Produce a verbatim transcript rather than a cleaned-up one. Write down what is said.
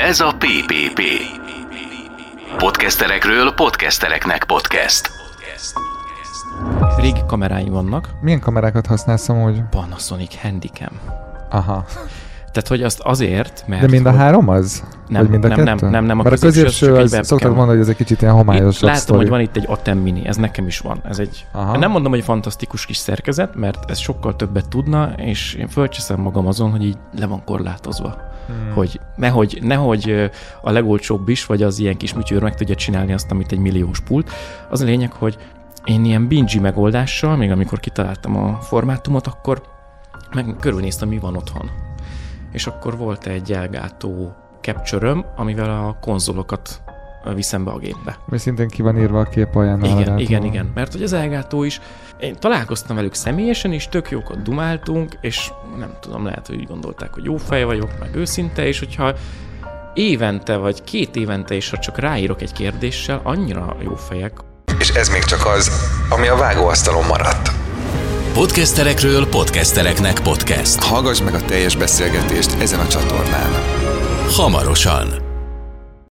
Ez a pé pé pé. Podcasterekről podcastereknek podcast. Régi kameráim vannak. Milyen kamerákat használsz amúgy? Panasonic Handycam. Aha. Tehát, hogy azt azért, mert... De mind a hogy... három az? Nem, vagy mind a nem, kettő? nem, nem, nem. A Mert a középső, az, az szoktak mondani, hogy ez egy kicsit ilyen homályosabb látom, sztori. hogy van itt egy Atem Mini, ez nekem is van. Ez egy, nem mondom, hogy fantasztikus kis szerkezet, mert ez sokkal többet tudna, és én fölcseszem magam azon, hogy így le van korlátozva. Hmm. Hogy nehogy, nehogy a legolcsóbb is, vagy az ilyen kis műtyőr meg tudja csinálni azt, amit egy milliós pult. Az a lényeg, hogy én ilyen bingy megoldással, még amikor kitaláltam a formátumot, akkor meg körülnéztem, mi van otthon. És akkor volt egy elgátó capture-öm, amivel a konzolokat viszem be a gépbe. Mi szintén ki van írva a kép alján. Igen, igen, igen, igen. Mert hogy az elgátó is, én találkoztam velük személyesen is, tök jókat dumáltunk, és nem tudom, lehet, hogy úgy gondolták, hogy jó fej vagyok, meg őszinte, és hogyha évente vagy két évente is, ha csak ráírok egy kérdéssel, annyira jó fejek. És ez még csak az, ami a vágóasztalon maradt. Podcasterekről podcastereknek podcast. Hallgass meg a teljes beszélgetést ezen a csatornán. Hamarosan.